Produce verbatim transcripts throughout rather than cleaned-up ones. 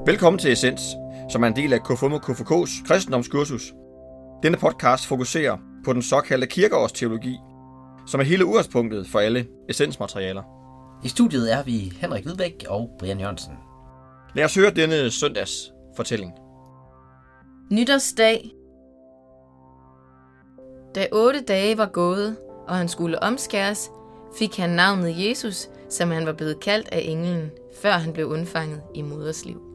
Velkommen til Essens, som er en del af K F U M og K F U K's kristendomskursus. Denne podcast fokuserer på den såkaldte kirkeårsteologi, som er hele udgangspunktet for alle essensmaterialer. I studiet er vi Henrik Hvidbæk og Brian Jørgensen. Lad os høre denne søndags fortælling. Nytårsdag. Da otte dage var gået, og han skulle omskæres, fik han navnet Jesus, som han var blevet kaldt af englen, før han blev undfanget i moders liv.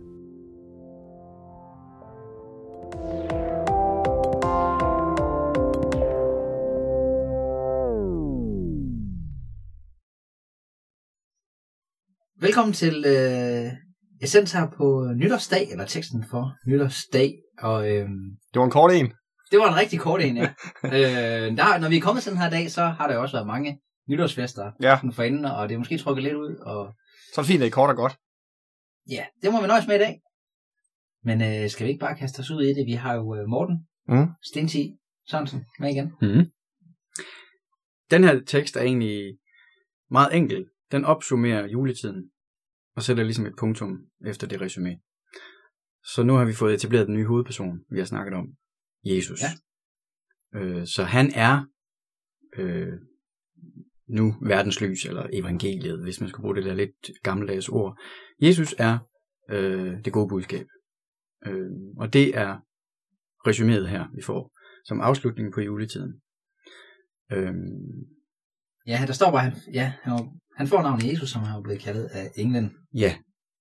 Velkommen til øh, Essens her på nytårsdag, eller teksten for nytårsdag. Og, øh, Det var en kort en. det var en rigtig kort en, ja. øh, der, når vi er kommet til den her dag, så har der jo også været mange nytårsfester Ja. for inden, og det er måske trukket lidt ud. Og Så er det fint, at det er kort og godt. ja, det må vi nøjes med i dag. Men øh, skal vi ikke bare kaste os ud i det? Vi har jo øh, Morten Mm. Stensi Sørensen med igen. Mm. Den her tekst er egentlig meget enkel. Den opsummerer juletiden og sætter ligesom et punktum efter det resumé. Så nu har vi fået etableret den nye hovedperson, vi har snakket om. Jesus. Ja. Øh, så han er øh, nu verdens lys, eller evangeliet, hvis man skal bruge det der lidt gammeldags ord. Jesus er øh, det gode budskab. Øh, og det er resumeret her, vi får, som afslutning på juletiden. Øh, Ja, der står bare, han, ja, han, var, han får navnet Jesus, som han er blevet kaldet af englen. Ja.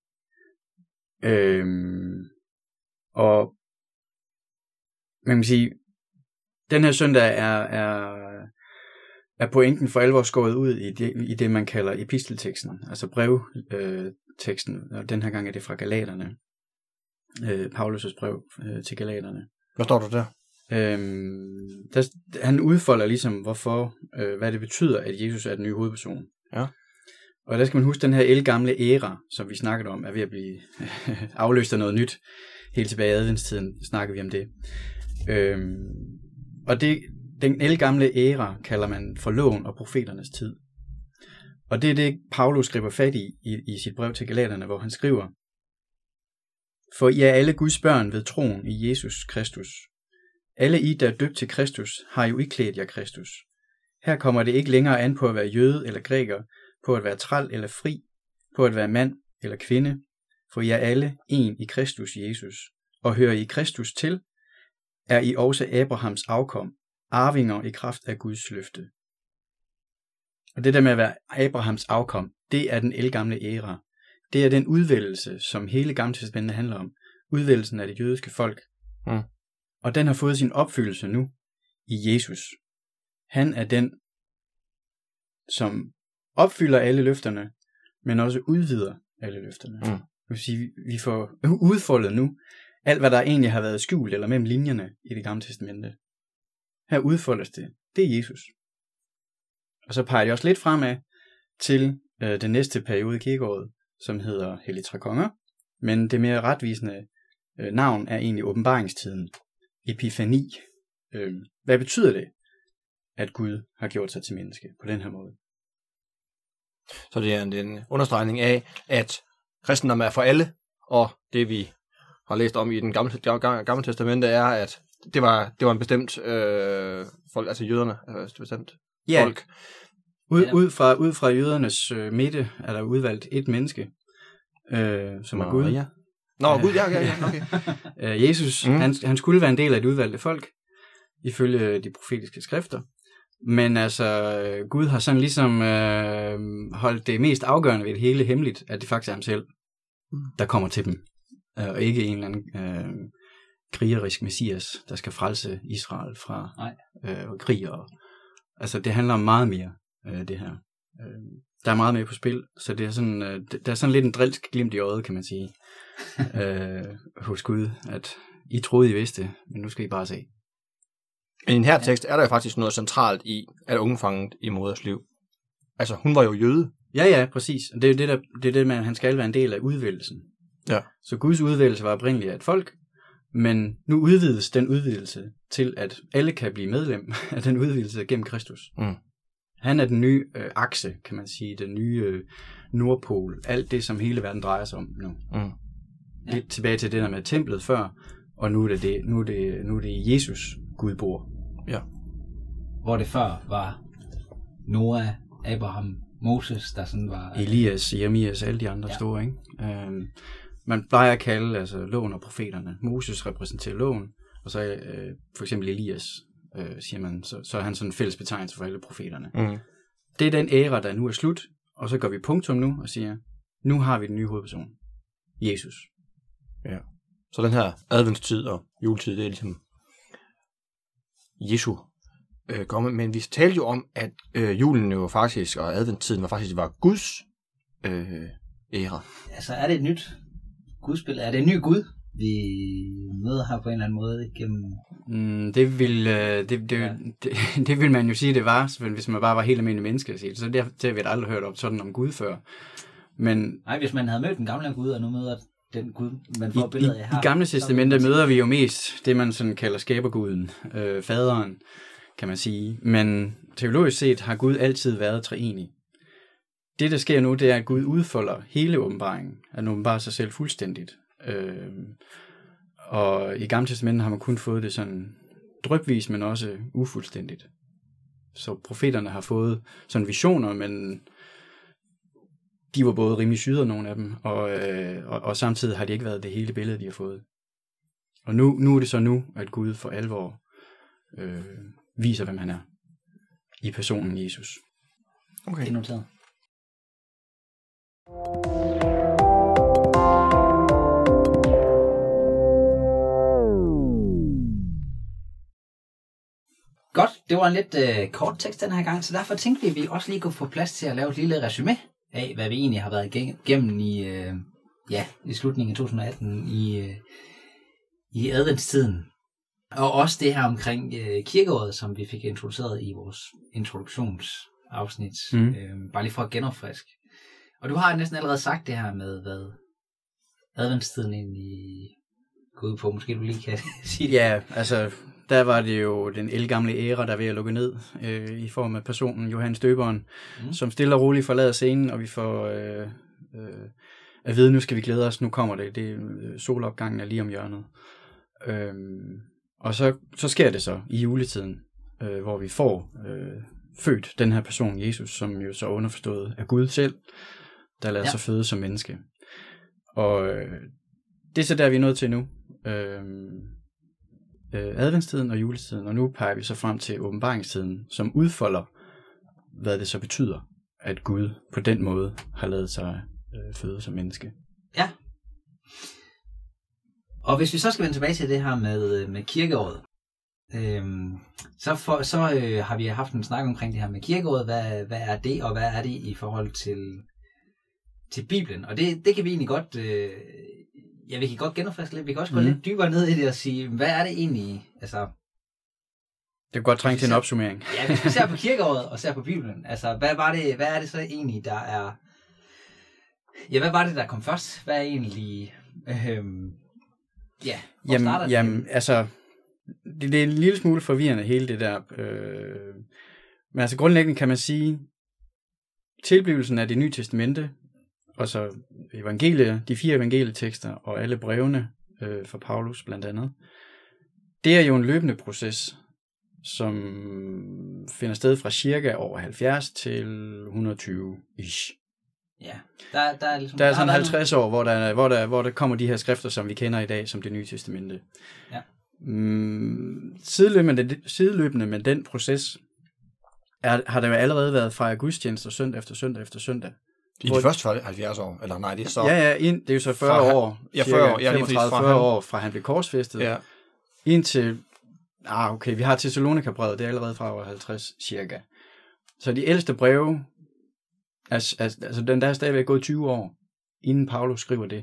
Øhm, og man kan sige, den her søndag er, er, er pointen for alvor skåret ud i det, i det man kalder epistelteksten, altså brevteksten, øh, og den her gang er det fra Galaterne, øh, Paulus' brev øh, til Galaterne. Hvad står der der? Øhm, der, han udfolder ligesom, hvorfor, øh, hvad det betyder, at Jesus er den nye hovedperson. Ja. Og der skal man huske, den her ældgamle æra, som vi snakkede om, er ved at blive afløst af noget nyt. Helt tilbage i adventstiden snakker vi om det. Øhm, og det, den ældgamle æra kalder man for loven og profeternes tid. Og det er det, Paulus skriver fat i, i i sit brev til Galaterne, hvor han skriver: For I er alle Guds børn ved troen i Jesus Kristus. Alle I, der er døbt til Kristus, har jo iklædt jer Kristus. Her kommer det ikke længere an på at være jøde eller græker, på at være træl eller fri, på at være mand eller kvinde, for I er alle en i Kristus Jesus. Og hører I Kristus til, er I også Abrahams afkom, arvinger i kraft af Guds løfte. Og det der med at være Abrahams afkom, det er den ældgamle æra. Det er den udvælgelse, som hele Gamle Testamentet handler om. Udvælgelsen af det jødiske folk. Mm. Og den har fået sin opfyldelse nu i Jesus. Han er den, som opfylder alle løfterne, men også udvider alle løfterne. Mm. Det vil sige, vi får udfoldet nu alt, hvad der egentlig har været skjult eller mellem linjerne i det Gamle Testamente. Her udfoldes det. Det er Jesus. Og så peger det også lidt fremad til øh, den næste periode i kirkeåret, som hedder Hellig Tre Konger, men det mere retvisende øh, navn er egentlig åbenbaringstiden. Epifani. Øh, hvad betyder det, at Gud har gjort sig til menneske på den her måde? Så det er en, en understregning af, at kristendom er for alle, og det vi har læst om i den gamle, gamle, gamle testamente er, at det var, det var en bestemt øh, folk, altså jøderne, øh, bestemt Ja. folk. Ud, ud, fra, ud fra jødernes øh, midte er der udvalgt et menneske, øh, som Nå, er Gud. Ja. Nå, Gud, ja, ja, ja, okay. øh, Jesus, Mm. mm. han, han skulle være en del af det udvalgte folk, ifølge de profetiske skrifter. Men altså, øh, Gud har sådan ligesom øh, holdt det mest afgørende ved det hele hemmeligt, at det faktisk er ham selv, der kommer til dem. Øh, og ikke en eller anden øh, krigerisk messias, der skal frelse Israel fra øh, krig. Og, altså, det handler om meget mere, øh, det her. Øh, der er meget mere på spil, så det er sådan, øh, der er sådan lidt en drilsk glimt i øjet, kan man sige, øh, hos Gud, at I troede, I vidste, men nu skal I bare se. Men i den her tekst er der jo faktisk noget centralt i, at ungfanget i moders liv. Altså, hun var jo jøde. Ja, ja, præcis. Det er jo det, der, det er det med, at han skal være en del af udvælgelsen. Ja. Så Guds udvælgelse var oprindeligt af et folk, men nu udvides den udvidelse til, at alle kan blive medlem af den udvidelse gennem Kristus. Mm. Han er den nye øh, akse, kan man sige, den nye øh, nordpol, alt det, som hele verden drejer sig om nu. Mm. Ja. Lidt tilbage til det der med templet før, og nu er det, det, nu er det, nu er det Jesus, Gud bor. Ja. Hvor det før var Noah, Abraham, Moses, der sådan var... Elias, Jeremias, alle de andre ja. store, ikke? Øhm, man plejer at kalde altså, loven og profeterne. Moses repræsenterer loven, og så øh, for eksempel Elias, øh, siger man, så, så er han sådan en fælles betegnelse for alle profeterne. Mm. Det er den æra, der nu er slut, og så går vi punktum nu og siger, nu har vi den nye hovedperson. Jesus. Ja. Så den her adventstid og juletid, det er ligesom Jesu øh, komme. Men vi talte jo om, at øh, julen jo faktisk, og adventstiden var faktisk var Guds øh, æra. Altså er det et nyt gudsbillede? Er det en ny Gud, vi møder her på en eller anden måde igennem? Mm, det, vil, øh, det, det, ja. det, det vil man jo sige, det var, hvis man bare var helt almindelig menneske. Så det, det har vi aldrig hørt om sådan om Gud før. Men, nej, hvis man havde mødt den gamle Gud, og nu møder den Gud, man får billeder af her. I Gamle Testamente møder vi jo mest det, man sådan kalder skaberguden, øh, faderen, kan man sige. Men teologisk set har Gud altid været treenig. Det, der sker nu, det er, at Gud udfolder hele åbenbaringen, at han åbenbarer sig selv fuldstændigt. Øh, og i Gamle Testamente har man kun fået det sådan drypvis, men også ufuldstændigt. Så profeterne har fået sådan visioner, men de var både rimelig syder, nogle af dem, og, øh, og, og samtidig har det ikke været det hele billede, de har fået. Og nu, nu er det så nu, at Gud for alvor øh, viser, hvem han er i personen Jesus. Okay. Det er noteret. Godt, det var en lidt øh, kort tekst den her gang, så derfor tænkte vi, at vi også lige kunne få plads til at lave et lille resume af, hvad vi egentlig har været igennem i, øh, ja, i slutningen af to tusind og atten i, øh, i adventstiden. Og også det her omkring øh, kirkeåret, som vi fik introduceret i vores introduktionsafsnit. Mm. Øh, bare lige for at genopfriske. Og du har næsten allerede sagt det her med, hvad adventstiden egentlig går ud på. Måske du lige kan sige det. Ja, altså der var det jo den ældgamle æra, der er ved at lukke ned øh, i form af personen Johannes Døberen, mm. som stille og roligt forlader scenen, og vi får øh, øh, at vide, nu skal vi glæde os, nu kommer det, det øh, solopgangen er lige om hjørnet. Øh, og så, så sker det så i juletiden, øh, hvor vi får øh, født den her person, Jesus, som jo så underforstået er Gud selv, der lader ja. sig føde som menneske. Og øh, det er så der, vi er nået til nu. Øh, øh, adventstiden og juletiden, og nu peger vi så frem til åbenbaringstiden, som udfolder, hvad det så betyder, at Gud på den måde har ladet sig øh, føde som menneske. Ja. Og hvis vi så skal vende tilbage til det her med, med kirkeåret, øhm, så, for, så øh, har vi haft en snak omkring det her med kirkeåret. Hvad, hvad er det, og hvad er det i forhold til, til Bibelen? Og det, det kan vi egentlig godt... Øh, ja, vi kan godt genopfriske lidt. Vi kan også gå mm. lidt dybere ned i det og sige, hvad er det egentlig? Altså, det kan godt trænge til en opsummering. Ja, hvis vi ser på kirkeåret og ser på Bibelen, altså, hvad, var det, hvad er det så egentlig, der er... Ja, hvad var det, der kom først? Hvad er egentlig... Øhm, ja, hvor jamen, starter det? Jamen, altså... Det, det er en lille smule forvirrende, hele det der. Øh, men altså grundlæggende kan man sige, tilblivelsen af det nye testamente, og så evangelier, de fire evangelietekster og alle brevene øh, fra Paulus blandt andet, det er jo en løbende proces, som finder sted fra cirka over halvfjerds til et hundrede og tyve-ish. Ja, der, der er ligesom... Der er sådan halvtreds år, hvor der, hvor, der, hvor der kommer de her skrifter, som vi kender i dag, som det nye testamente. Ja. Mm, sideløbende, sideløbende med den proces, er, har der jo allerede været fra gudstjenester søndag efter søndag efter søndag. I de første halvfjerds år? Eller nej, det er så... Ja, ja, ind, det er jo så fyrre fra, år. Ja, fyrre år. Ja, femogtredive til fyrre år fra han blev korsfæstet. Ja. Indtil... Ah, okay, vi har Thessalonika-brevet, det er allerede fra over halvtreds cirka. Så de ældste breve, altså, altså den der er stadigvæk gået tyve år, inden Paulus skriver det.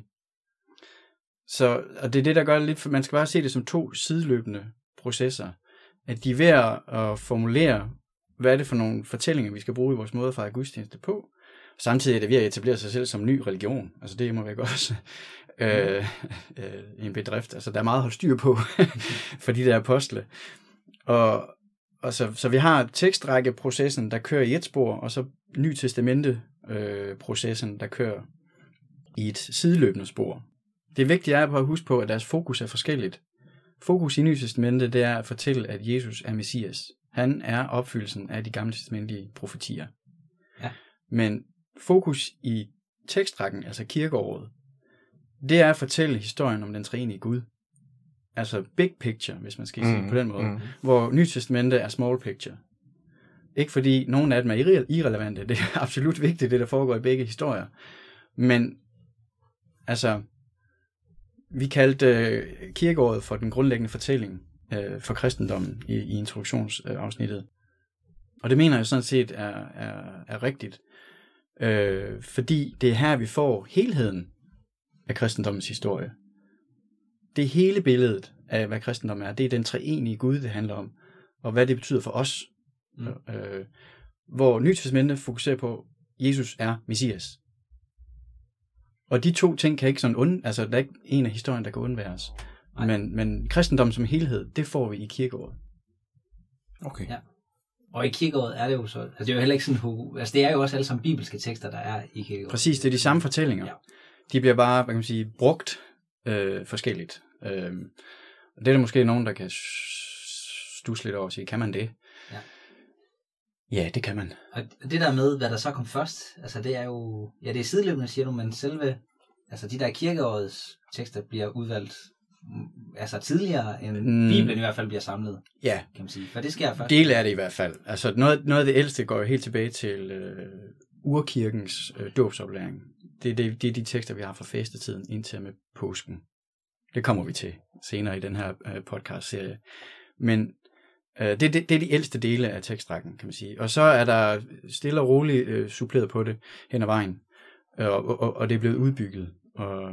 Så, og det er det, der gør det lidt, for man skal bare se det som to sideløbende processer. At de er ved at formulere, hvad er det for nogle fortællinger, vi skal bruge i vores måde at fejre gudstjeneste på. Samtidig er det ved at etablere sig selv som en ny religion. Altså det må vi også øh, øh, en bedrift. Altså der er meget at holde styr på for de der apostle. Og, og så, så vi har tekstrækkeprocessen, der kører i et spor, og så Ny Testamente øh, processen, der kører i et sideløbende spor. Det vigtige er at huske på, at deres fokus er forskelligt. Fokus i Nye Testamentet, det er at fortælle, at Jesus er Messias. Han er opfyldelsen af de gamle testamentlige profetier. Ja. Men fokus i tekstrækken, altså kirkeåret, det er at fortælle historien om den treenige Gud. Altså big picture, hvis man skal mm, sige på den måde. Mm. Hvor Nye Testamentet er small picture. Ikke fordi nogen af dem er irre- irrelevante. Det er absolut vigtigt, det der foregår i begge historier. Men altså, vi kaldte øh, kirkeåret for den grundlæggende fortælling øh, for kristendommen i, i introduktionsafsnittet. Og det mener jeg sådan set er, er, er rigtigt. Øh, fordi det er her, vi får helheden af kristendommens historie. Det hele billedet af, hvad kristendommen er, det er den treenige Gud, det handler om, og hvad det betyder for os. Mm. Øh, hvor Nye Testamentet fokuserer på, Jesus er Messias. Og de to ting kan ikke sådan und, altså der er ikke en af historien, der kan undværes. Men, men kristendom som helhed, det får vi i kirkeåret. Okay. Ja. Og i kirkeåret er det jo så, altså det er jo heller ikke sådan, altså det er jo også alle sammen bibelske tekster, der er i kirkeåret. Præcis, det er de samme fortællinger. Ja. De bliver bare, hvad kan man sige, brugt øh, forskelligt. Øh, det er der måske nogen, der kan stusse lidt over og sige, kan man det? Ja. Ja, det kan man. Og det der med, hvad der så kom først, altså det er jo, ja det er sideløbende, siger du, men selve, altså de der kirkeårets tekster bliver udvalgt, altså tidligere end mm. Bibelen i hvert fald bliver samlet, ja, kan man sige. For det sker først. Del er det i hvert fald. Altså noget, noget af det ældste går jo helt tilbage til øh, urkirkens øh, dåbsoplæring. Det er det, det er de tekster, vi har fra fastetiden indtil med påsken. Det kommer vi til senere i den her øh, podcast-serie. Men øh, det, det, det er de ældste dele af tekstrækken, kan man sige. Og så er der stille og roligt øh, suppleret på det hen ad vejen. Øh, og, og, og det er blevet udbygget. Og,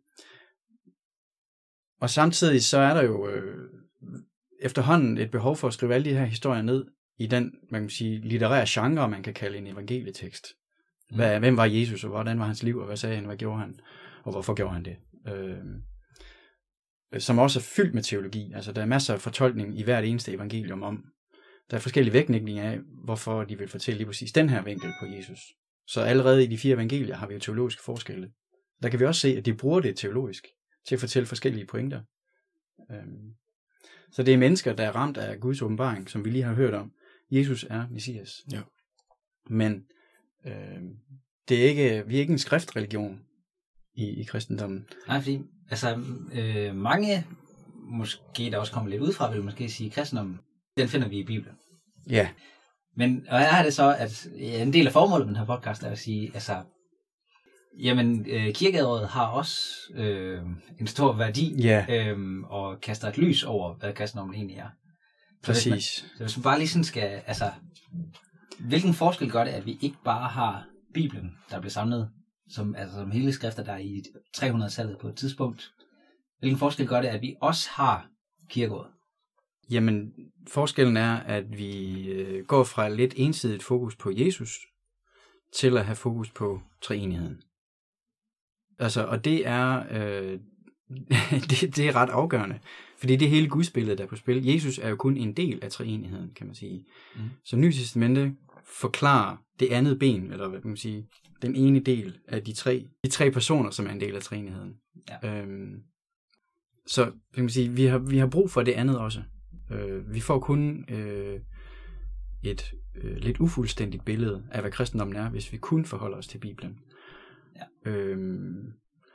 og samtidig så er der jo øh, efterhånden et behov for at skrive alle de her historier ned i den, man kan sige, litterære genre, man kan kalde en evangelietekst. Hvad, hvem var Jesus, og hvordan var hans liv, og hvad sagde han, hvad gjorde han, og hvorfor gjorde han det? Øh, som også er fyldt med teologi. Altså, der er masser af fortolkning i hvert eneste evangelium om. Der er forskellige vægtninger af, hvorfor de vil fortælle lige præcis den her vinkel på Jesus. Så allerede i de fire evangelier har vi jo teologiske forskelle. Der kan vi også se, at de bruger det teologisk til at fortælle forskellige pointer. Øh, så det er mennesker, der er ramt af Guds åbenbaring, som vi lige har hørt om. Jesus er Messias. Ja. Men øh, det er ikke, vi er ikke en skriftreligion i, i kristendommen. Nej, fordi altså, øh, mange, måske der også kommer lidt ud fra, vil måske sige, kristendommen, den finder vi i Bibelen. Ja. Men og er det så, at ja, en del af formålet med den her podcast er at sige, altså, jamen, øh, kirkeåret har også øh, en stor værdi, ja. øh, og kaster et lys over, hvad kristendommen egentlig er. Så Præcis. Hvis man, så hvis man bare lige sådan skal, altså, hvilken forskel gør det, at vi ikke bare har Bibelen, der bliver samlet, som, altså, som hele skrifter, der er i tre hundrede-tallet på et tidspunkt. Hvilken forskel gør det, at vi også har kirkeåret? Jamen, forskellen er, at vi øh, går fra lidt ensidigt fokus på Jesus, til at have fokus på treenigheden. Altså, og det er, øh, det, det er ret afgørende, fordi det er hele gudsbilledet, der er på spil. Jesus er jo kun en del af treenigheden, kan man sige. Mm. Så Nye Testamentet forklarer det andet ben, eller hvad kan man sige, den ene del af de tre, de tre personer, som er en del af treenigheden. Ja. Øhm, så kan man sige, vi har, vi har brug for det andet også. Øh, vi får kun øh, et øh, lidt ufuldstændigt billede af, hvad kristendommen er, hvis vi kun forholder os til Bibelen. Ja. Øhm,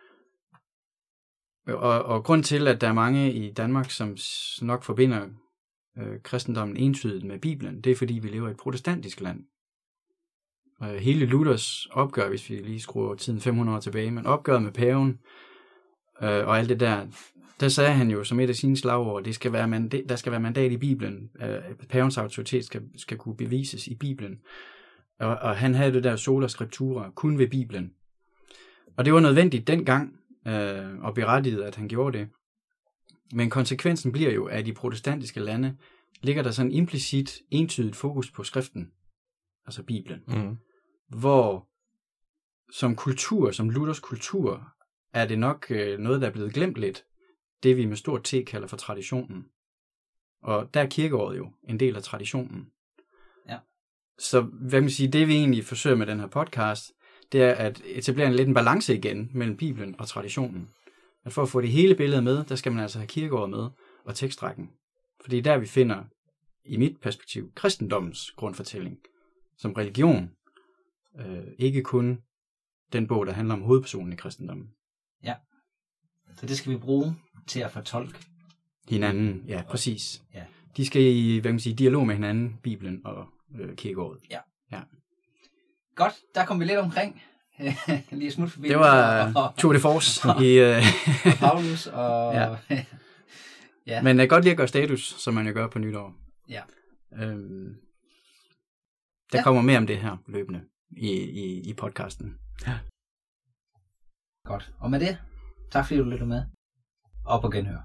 og, og grund til, at der er mange i Danmark, som nok forbinder øh, kristendommen entydigt med Bibelen, det er, fordi vi lever i et protestantisk land. Øh, hele Luthers opgør, hvis vi lige skruer tiden fem hundrede år tilbage, men opgøret med paven øh, og alt det der, der sagde han jo som et af sine slagord, det skal være mandat, der skal være mandat i Bibelen. Øh, pavens autoritet skal, skal kunne bevises i Bibelen. Og, og han havde det der sola scriptura, kun ved Bibelen. Og det var nødvendigt dengang, øh, og berettiget, at han gjorde det. Men konsekvensen bliver jo, at i de protestantiske lande ligger der sådan implicit, entydigt fokus på skriften, altså Bibelen. Mm. Hvor som kultur, som Luthers kultur, er det nok øh, noget, der er blevet glemt lidt. Det vi med stort T kalder for traditionen. Og der er kirkeåret jo en del af traditionen. Ja. Så hvad kan man sige, det vi egentlig forsøger med den her podcast, det er at etablere en lidt en balance igen mellem Bibelen og traditionen. at for at få det hele billede med, der skal man altså have kirkeåret med og tekstrækken. For det er der, vi finder, i mit perspektiv, kristendommens grundfortælling som religion. Øh, ikke kun den bog, der handler om hovedpersonen i kristendommen. Ja, så det skal vi bruge til at fortolke hinanden, ja, præcis. Ja. De skal i, hvad kan man sige, dialog med hinanden, Bibelen og øh, kirkeåret. Ja. ja. Godt, der kom vi lidt omkring. Lige smut forbi. Det var og, Tour de Force i uh... Paulus og... ja. ja. Men uh, godt lige at gøre status, som man jo gør på nytår. Ja. Øhm, der ja. kommer mere om det her løbende i, i, i podcasten. Ja. Godt. Og med det, tak fordi du lyttede med. Og på genhør.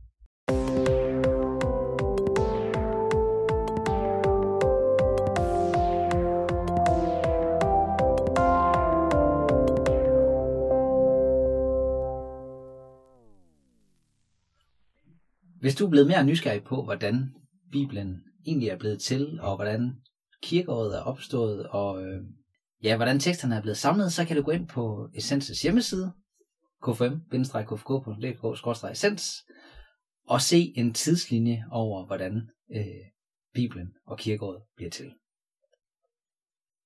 Hvis du er blevet mere nysgerrig på, hvordan Bibelen egentlig er blevet til, og hvordan kirkeåret er opstået, og øh, ja, hvordan teksterne er blevet samlet, så kan du gå ind på Essens' hjemmeside, k f m bindestreg k f k punktum d k skråstreg essens, og se en tidslinje over, hvordan øh, Bibelen og kirkeåret bliver til.